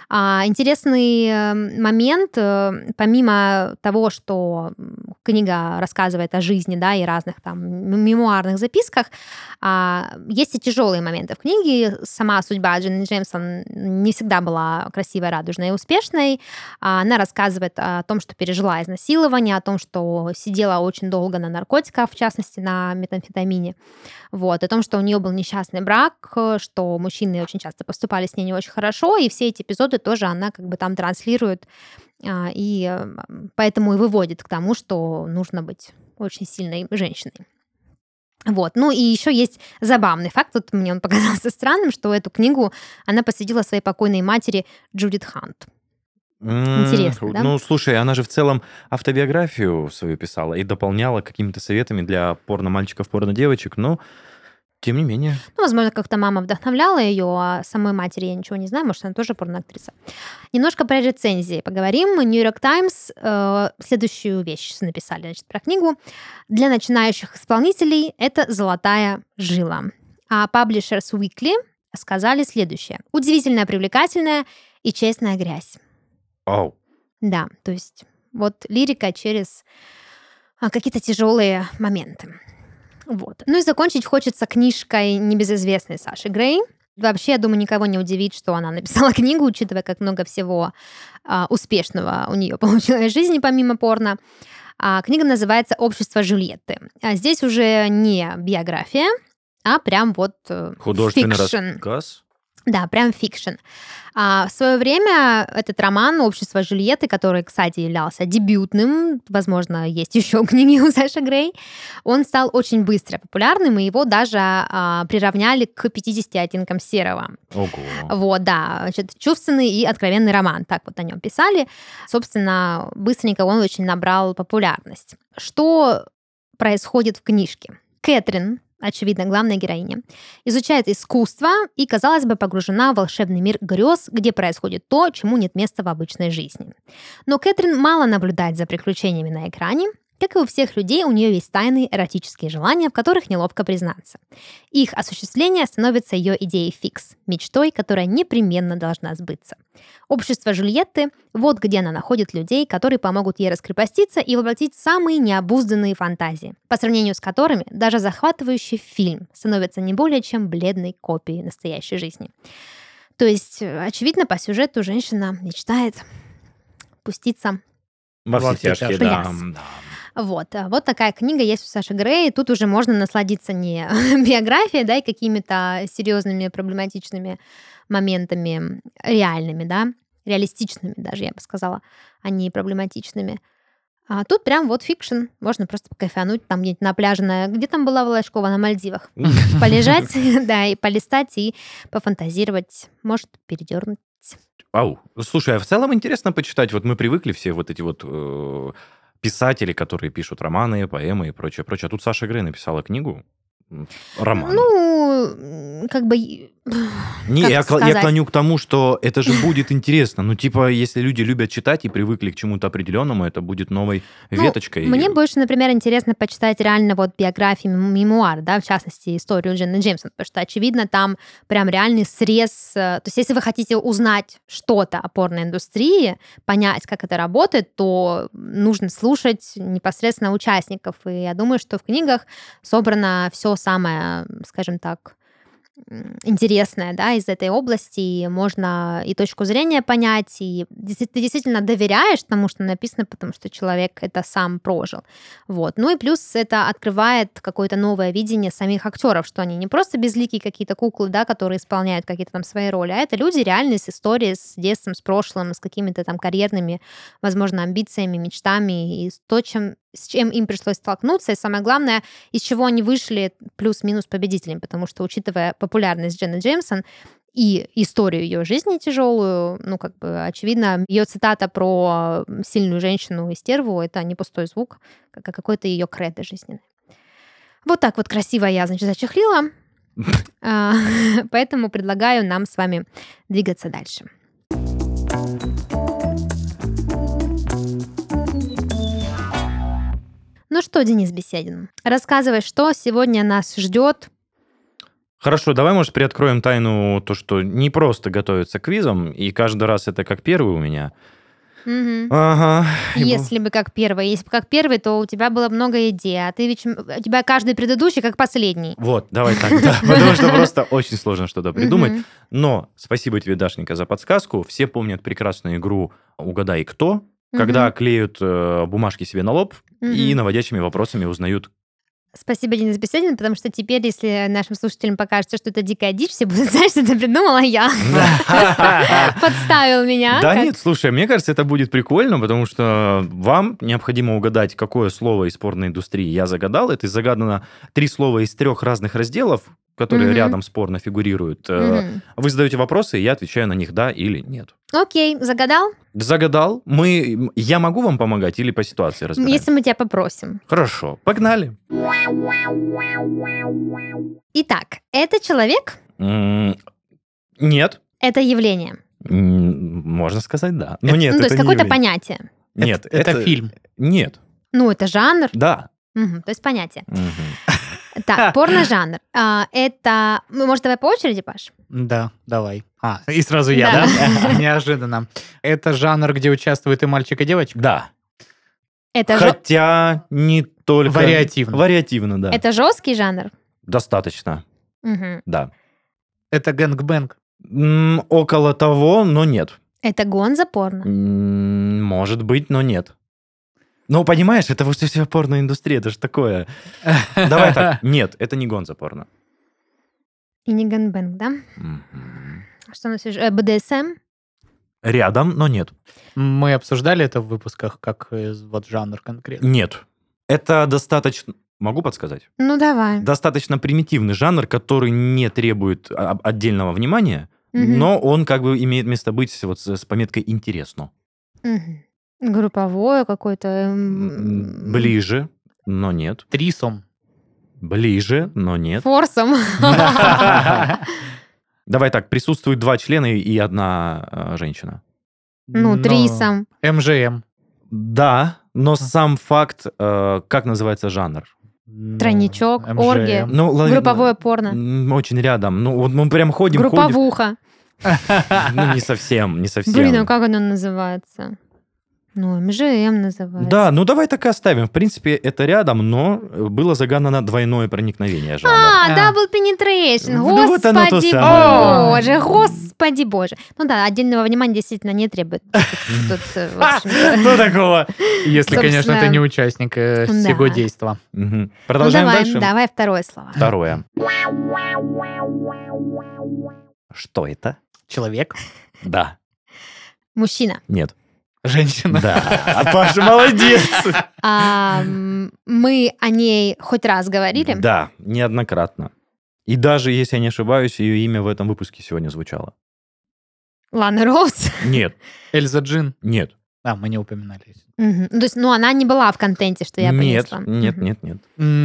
Интересный момент, помимо того, что книга рассказывает о жизни, да, и разных там мемуарных записках, есть и тяжелые моменты в книге. Сама судьба Дженны Джеймсон не всегда была красивой, радужной и успешной. Она рассказывает о том, что пережила изнасилование, о том, что сидела очень долго на наркотиках, в частности, на метамфетамине. Вот, о том, что у нее был несчастный брак, что мужчины очень часто поступали с ней не очень хорошо, и все эти эпизоды тоже она как бы там транслирует, и поэтому и выводит к тому, что нужно быть очень сильной женщиной. Вот. Ну и еще есть забавный факт, вот мне он показался странным, что эту книгу она посвятила своей покойной матери Джудит Хант. Интересно, да? Ну, слушай, она же в целом автобиографию свою писала и дополняла какими-то советами для порно-мальчиков, порно-девочек, но тем не менее. Ну, возможно, как-то мама вдохновляла ее, а самой матери я ничего не знаю, может, она тоже порноактриса. Немножко про рецензии поговорим. New York Times следующую вещь написали, значит, про книгу. Для начинающих исполнителей это золотая жила. А Publishers Weekly сказали следующее. Удивительно привлекательная и честная грязь. Оу. Да, то есть вот лирика через какие-то тяжелые моменты. Вот. Ну и закончить хочется книжкой небезызвестной Саши Грей. Вообще, я думаю, никого не удивит, что она написала книгу, учитывая, как много всего успешного у нее получилось в жизни, помимо порно. Книга называется «Общество Джульетты». Здесь уже не биография, а прям вот Художественный фикшн. рассказ. Да, прям фикшн. В свое время этот роман «Общество Джульетты», который, кстати, являлся дебютным, возможно, есть еще книги у Саши Грей, он стал очень быстро популярным, и его даже приравняли к 50 оттенкам серого. Ого. Вот, да, значит, чувственный и откровенный роман, так вот о нем писали. Собственно, быстренько он очень набрал популярность. Что происходит в книжке? Кэтрин, очевидно, главная героиня, изучает искусство и, казалось бы, погружена в волшебный мир грез, где происходит то, чему нет места в обычной жизни. Но Кэтрин мало наблюдает за приключениями на экране. Как и у всех людей, у нее есть тайные эротические желания, в которых неловко признаться. Их осуществление становится ее идеей фикс, мечтой, которая непременно должна сбыться. Общество Жюльетты — вот где она находит людей, которые помогут ей раскрепоститься и воплотить самые необузданные фантазии, по сравнению с которыми даже захватывающий фильм становится не более чем бледной копией настоящей жизни. То есть, очевидно, по сюжету женщина мечтает пуститься. Во Во все все тяжкие, тяжкие. да. Yes. Да. Вот такая книга есть у Саши Грей. Тут уже можно насладиться не биографией, да, и какими-то серьезными проблематичными моментами реальными, да, реалистичными даже, я бы сказала, а не проблематичными. А тут прям вот фикшн. Можно просто покайфануть там где-нибудь на пляже. Где там была Волошкова? На Мальдивах. Полежать, да, и полистать, и пофантазировать. Может, передернуть. Ау. Слушай, а в целом интересно почитать. Вот мы привыкли все вот эти вот писатели, которые пишут романы, поэмы и прочее, прочее. А тут Саша Грей написала книгу, роман. Ну, как бы... Не, как я сказать? клоню к тому, что это же будет интересно. Ну, типа, если люди любят читать и привыкли к чему-то определенному, это будет новой Ну, веточкой. Мне больше, например, интересно почитать реально вот биографии, мемуар, да, в частности, историю Дженны Джеймсон, потому что, очевидно, там прям реальный срез. То есть, если вы хотите узнать что-то о порноиндустрии, понять, как это работает, то нужно слушать непосредственно участников. И я думаю, что в книгах собрано все самое, скажем так, интересное, да, из этой области, и можно и точку зрения понять, и ты действительно доверяешь тому, что написано, потому что человек это сам прожил. Вот. Ну и плюс это открывает какое-то новое видение самих актеров, что они не просто безликие какие-то куклы, да, которые исполняют какие-то там свои роли, а это люди реальные с историей, с детством, с прошлым, с какими-то там карьерными, возможно, амбициями, мечтами, и с чем им пришлось столкнуться, и самое главное, из чего они вышли плюс-минус победителями, потому что, учитывая популярность Дженны Джеймсон и историю ее жизни тяжелую, ну, как бы, очевидно, ее цитата про сильную женщину и стерву — это не пустой звук, как какой-то ее кредо жизненный. Вот так вот красиво я, значит, зачехлила, поэтому предлагаю нам с вами двигаться дальше. Ну что, Денис Беседин, рассказывай, что сегодня нас ждет. Хорошо, давай, может, приоткроем тайну, то, что не просто готовиться к квизам, и каждый раз это как первый у меня. Мгм. Ага. Если бы как первый, то у тебя было много идей, а ты ведь у тебя каждый предыдущий как последний. Вот, давай так, да, потому что просто очень сложно что-то придумать. Мгм. Но спасибо тебе, Дашенька, за подсказку. Все помнят прекрасную игру «Угадай, кто?», когда клеют бумажки себе на лоб и Мгм. наводящими вопросами узнают. Спасибо, Денис Беседин, потому что теперь, если нашим слушателям покажется, что это дикая дичь, все будут знать, что это придумала я. Подставил меня. Да как- нет, слушай, мне кажется, это будет прикольно, потому что вам необходимо угадать, какое слово из порноиндустрии я загадал. Это загадано 3 слова из 3 разных разделов, которые Мгм. рядом спорно фигурируют. Мгм. Вы задаете вопросы, и я отвечаю на них да или нет. Окей, загадал? Загадал. Я могу вам помогать или по ситуации разбираемся? Если мы тебя попросим. Хорошо, погнали. Итак, это человек, Нет. это явление. Можно сказать да. Но нет, Ну, то это есть не какое-то явление. понятие. Нет, Это фильм. Нет. Ну, это жанр. Да. Мгм, то есть понятие. Мгм. Так, порно-жанр. Это... Ну, может, давай по очереди, Паш? Да, давай. И сразу я, Да. да? Неожиданно. Это жанр, где участвует и мальчик, и девочка? Да. Это, Хотя не только... Вариативно. Вариативно, да. это жесткий жанр? Достаточно, Мгм. да. Это гэнгбэнг. Около того, но нет. Это гонза-порно? Может быть, но нет. Ну, понимаешь, это вот вся порноиндустрия, это же такое. Давай так. Нет, это не гонза-порно. И не гэнбэнг, да? Мгм. Что у нас еще? БДСМ? Рядом, но нет. Мы обсуждали это в выпусках, как вот жанр конкретно. Нет. Это достаточно... Могу подсказать? Ну, давай. Достаточно примитивный жанр, который не требует отдельного внимания, Мгм. но он как бы имеет место быть вот с пометкой «интересно». Мгм. Групповое какое-то... Ближе, но нет. Трисом. Ближе, но нет. Форсом. Давай так, присутствуют 2 члена и 1 женщина. Ну, трисом. МЖМ. Да, но сам факт, как называется жанр? Тройничок, МЖМ. оргия. Ну, Групповое порно. Очень рядом. Ну, вот мы прям ходим. Групповуха. Ну, не совсем, не совсем. Блин, а как оно называется? Ну, МЖМ называется. Да, ну давай так и оставим. В принципе, это рядом, но было загадано двойное проникновение жанра. Double penetration. Ну, вот оно то Господи самое. господи боже. Ну да, отдельного внимания действительно не требует. Тут, в общем-то, Что такого? Если, конечно, Собственно, ты не участник сего да. действа. Мгм. ну, Продолжаем давай, дальше. давай второе слово. Второе. Что это? Человек. Да. Мужчина. Нет. Женщина. Да. А Паша молодец. Мы о ней хоть раз говорили? Да, неоднократно. И даже, если я не ошибаюсь, ее имя в этом выпуске сегодня звучало. Лана Роуз. Нет, Эльза Джин. нет. А, мы не упоминали. Мгм. То есть, ну, она не была в контенте, что я Нет, принесла. нет, Мгм. нет, нет.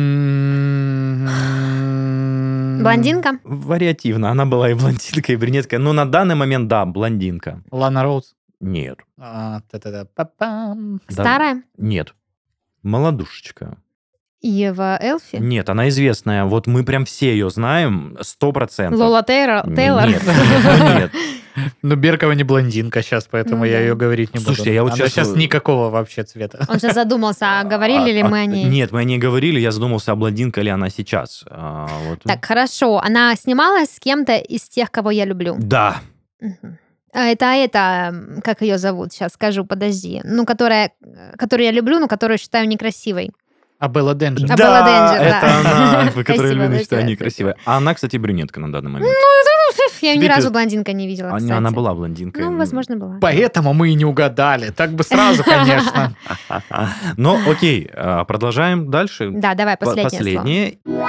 Блондинка? Вариативно. Она была и блондинка, и брюнетка. Но на данный момент, да, блондинка. Лана Роуз. Нет. Та-та-та-па-пам. Да. Старая? Нет. Молодушечка. Ева Элфи? Нет, она известная. Вот мы прям все ее знаем, 100%. Лола Тейлор? Нет, нет. Ну, Беркова не блондинка сейчас, поэтому Ну я да. ее говорить не буду. Слушайте, я вот Она щас- сейчас никакого вообще цвета. Он сейчас задумался, а говорили ли мы о ней? Нет, мы о ней говорили, я задумался, а блондинка ли она сейчас. Вот. Так, хорошо. Она снималась с кем-то из тех, кого я люблю? Да. Мгм. Это, как ее зовут? Сейчас скажу, подожди. Ну, которую я люблю, но которую считаю некрасивой. А Белла Денджер. А Да, Белла Денджер, да. это она, которая Спасибо, люблю, считаю спасибо. некрасивая. А она, кстати, брюнетка на данный момент. Я ее ни Теперь разу ты- блондинкой не видела, кстати. Она была блондинкой. Ну, возможно, была. Поэтому мы и не угадали. Так бы сразу, конечно. Ну, окей, продолжаем дальше. Да, давай, последнее слово.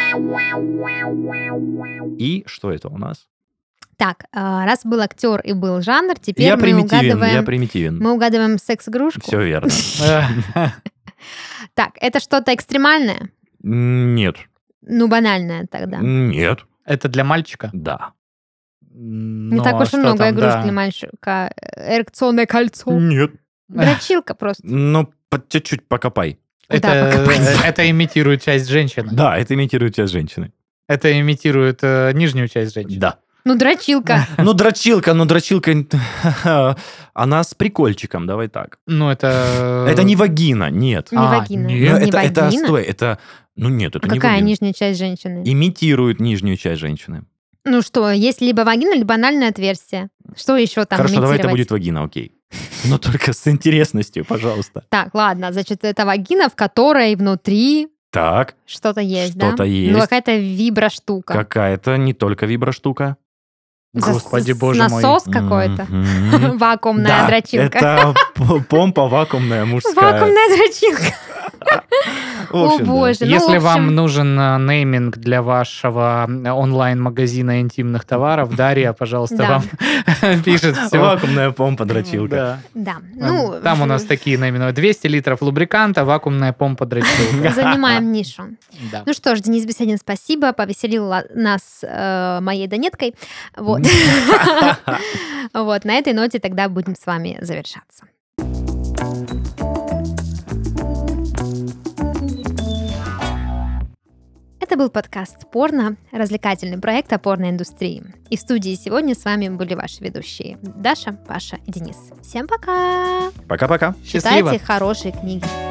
И что это у нас? Так, раз был актер и был жанр, теперь Я мы примитивен, угадываем... Мы угадываем секс-игрушку. Все верно. Так, это что-то экстремальное? Нет. Ну, банальное тогда. Нет. Это для мальчика? Да. Не так уж и много игрушек для мальчика. Эрекционное кольцо. Нет. Дрочилка просто. Ну, чуть-чуть покопай. Куда покопать? Это имитирует часть женщины. Да, это имитирует часть женщины. Это имитирует нижнюю часть женщины. Да. Ну, дрочилка. Ну, дрочилка, она с прикольчиком, давай так. Ну, это... Это не вагина, нет. Не вагина. нет. Ну, Не это, вагина? стой, это... Ну, нет, это А не какая вагина. нижняя часть женщины? Имитирует нижнюю часть женщины. Ну что, есть либо вагина, либо анальное отверстие. Что еще там Хорошо, давай это имитировать? будет вагина, окей. Но только с интересностью, пожалуйста. Так, ладно, значит, это вагина, в которой внутри Так, что-то есть, да? Что-то есть. Ну, какая-то виброштука. какая-то не только виброштука. Господи, боже мой. Насос какой-то. Мгм. Вакуумная Да, дрочилка. это помпа вакуумная мужская. Вакуумная дрочилка. В общем, О, да. боже. Ну, в Если общем, вам нужен нейминг для вашего онлайн-магазина интимных товаров, Дарья, пожалуйста, Да. вам пишет все. Вакуумная помпа-дрочилка. Да. Ну, Там у нас такие наименования. 200 литров лубриканта, вакуумная помпа-дрочилка. занимаем нишу. Да. Ну что ж, Денис Беседин, спасибо. Повеселил нас моей донеткой. Вот. Вот, на этой ноте тогда будем с вами завершаться. Это был подкаст «Порно», развлекательный проект о порноиндустрии. И в студии сегодня с вами были ваши ведущие Даша, Паша и Денис. Всем пока! Пока-пока. Счастливо. Читайте хорошие книги.